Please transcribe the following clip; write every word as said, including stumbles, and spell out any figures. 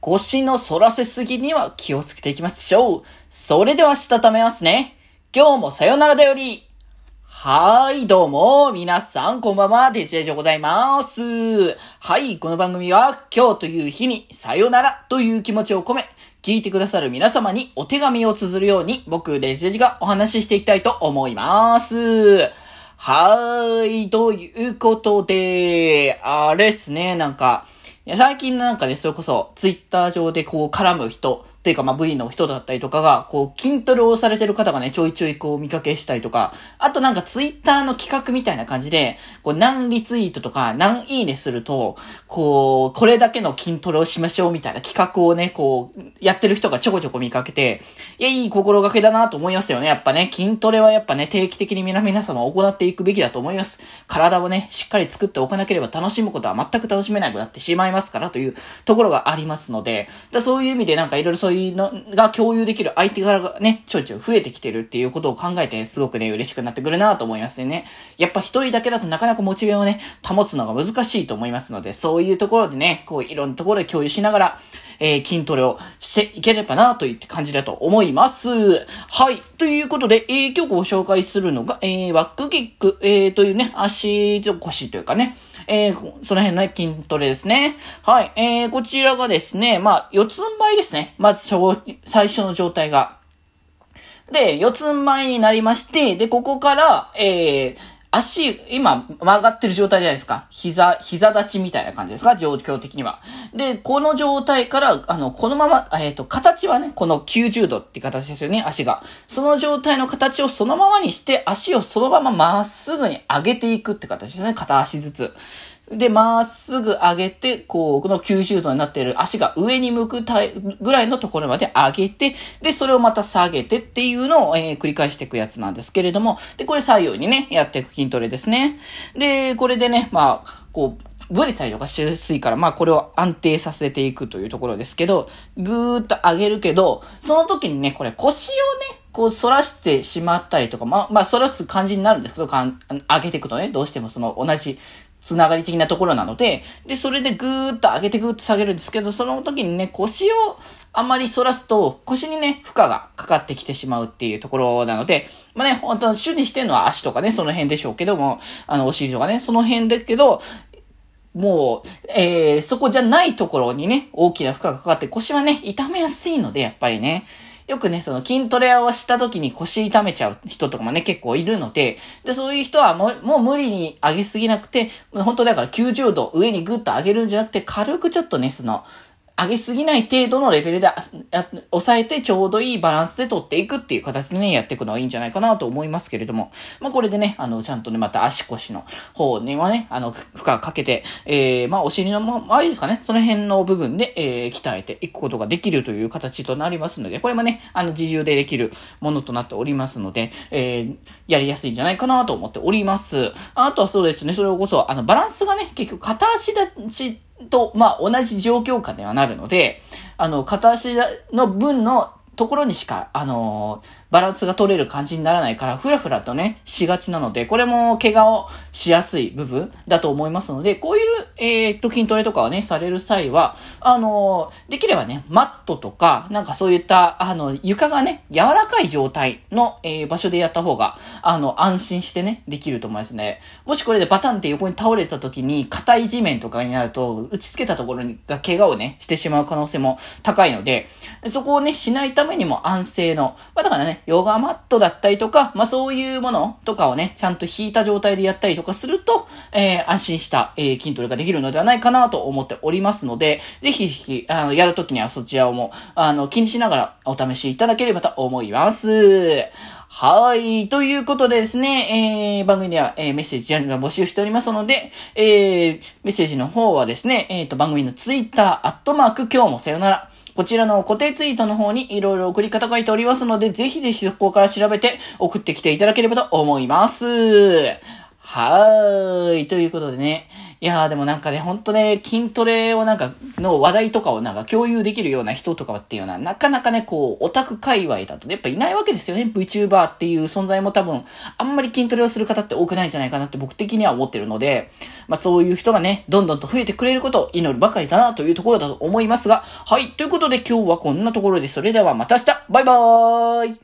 腰の反らせすぎには気をつけていきましょう。それではしたためますね。今日もさよならだより。はーい、どうも、皆さん、こんばんは、デジェジでございます。はい、この番組は、今日という日に、さよならという気持ちを込め、聞いてくださる皆様にお手紙を綴るように、僕、デジェジがお話ししていきたいと思います。はーい、ということで、あれですね、なんか、最近なんかね、それこそ、ツイッター上でこう絡む人、というかまあ V の人だったりとかが、こう筋トレをされてる方がね、ちょいちょいこう見かけしたりとか、あとなんかツイッターの企画みたいな感じで、こう何リツイートとか何いいねすると、こう、これだけの筋トレをしましょうみたいな企画をね、こう、やってる人がちょこちょこ見かけて、いや、いい心がけだなと思いますよね。やっぱね、筋トレはやっぱね、定期的に皆皆様行っていくべきだと思います。体をね、しっかり作っておかなければ楽しむことは全く楽しめなくなってしまいますからというところがありますので、だそういう意味でなんかいろいろそういうのが共有できる相手側がね、ちょいちょい増えてきてるっていうことを考えて、すごくね、嬉しくなってくるなと思いますね。やっぱ一人だけだとなかなかモチベをね、保つのが難しいと思いますので、そういうところでね、こういろんなところで共有しながら、えー、筋トレをしていければなといって感じだと思います。はい。ということで、えー、今日ご紹介するのが、えー、バックキック、えー、というね、足と腰というかね、えー、その辺の筋トレですね。はい。えー、こちらがですね、まあ、四つん這いですね。まず、最初の状態が。で、四つん這いになりまして、で、ここから、えー、足、今、曲がってる状態じゃないですか。膝、膝立ちみたいな感じですか、状況的には。で、この状態から、あの、このまま、えっと、形はね、このきゅうじゅうどって形ですよね、足が。その状態の形をそのままにして、足をそのまままっすぐに上げていくって形ですね、片足ずつ。で、まっすぐ上げて、こう、このきゅうじゅうどになっている足が上に向くたいぐらいのところまで上げて、で、それをまた下げてっていうのを、えー、繰り返していくやつなんですけれども、で、これ左右にね、やっていく筋トレですね。で、これでね、まあ、こう、ブレたりとかしやすいから、まあこれを安定させていくというところですけど、ぐーっと上げるけど、その時にね、これ腰をね、こう反らしてしまったりとか、まあ、まあ反らす感じになるんですけど、かん上げていくとね、どうしてもその同じ、つながり的なところなので、で、それでぐーっと上げてぐーっと下げるんですけど、その時にね、腰をあまり反らすと、腰にね、負荷がかかってきてしまうっていうところなので、まあね、本当主にしてるのは足とかね、その辺でしょうけども、あの、お尻とかね、その辺だけど、もう、えー、そこじゃないところにね、大きな負荷がかかって腰はね、痛めやすいので、やっぱりね、よくね、その筋トレをした時に腰痛めちゃう人とかもね、結構いるので、で、そういう人はもう、もう無理に上げすぎなくて、本当だからきゅうじゅうど上にグッと上げるんじゃなくて、軽くちょっとね、その、上げすぎない程度のレベルで抑えてちょうどいいバランスで取っていくっていう形でね、やっていくのはいいんじゃないかなと思いますけれども。まあこれでね、あの、ちゃんとね、また足腰の方にはね、あの、負荷かけて、えー、まあお尻の周りですかね、その辺の部分で、えー、鍛えていくことができるという形となりますので、これもね、あの、自重でできるものとなっておりますので、えー、やりやすいんじゃないかなと思っております。あとはそうですね、それこそ、あの、バランスがね、結局片足立ちと、まあ、同じ状況下ではなるので、あの、片足の分のところにしか、あのー、バランスが取れる感じにならないから、ふらふらとね、しがちなので、これも怪我をしやすい部分だと思いますので、こういう、えー、っと、筋トレとかをね、される際は、あのー、できればね、マットとか、なんかそういった、あの、床がね、柔らかい状態の、えー、場所でやった方が、あの、安心してね、できると思いますね。もしこれでバタンって横に倒れた時に、硬い地面とかになると、打ち付けたところにが怪我をね、してしまう可能性も高いので、そこをね、しないためにも安静の、まあ、だからね、ヨガマットだったりとか、まあ、そういうものとかをね、ちゃんと引いた状態でやったりとかすると、えー、安心した、えー、筋トレができるのではないかなと思っておりますので、ぜひぜひ、あの、やるときにはそちらをも、あの、気にしながらお試しいただければと思います。はい。ということでですね、えー、番組では、えー、メッセージジャンルが募集しておりますので、えー、メッセージの方はですね、えっと、番組のツイッター、アットマーク、今日もさよなら。こちらの固定ツイートの方にいろいろ送り方書いておりますので、ぜひぜひそこから調べて送ってきていただければと思います。はーい。ということでね、 いやーでもなんかね、ほんとね、筋トレをなんか、の話題とかをなんか共有できるような人とかっていうのは、なかなかね、こう、オタク界隈だとやっぱいないわけですよね。VTuber っていう存在も多分、あんまり筋トレをする方って多くないんじゃないかなって僕的には思ってるので、まあそういう人がね、どんどんと増えてくれることを祈るばかりだなというところだと思いますが、はい、ということで今日はこんなところで、それではまた明日バイバーイ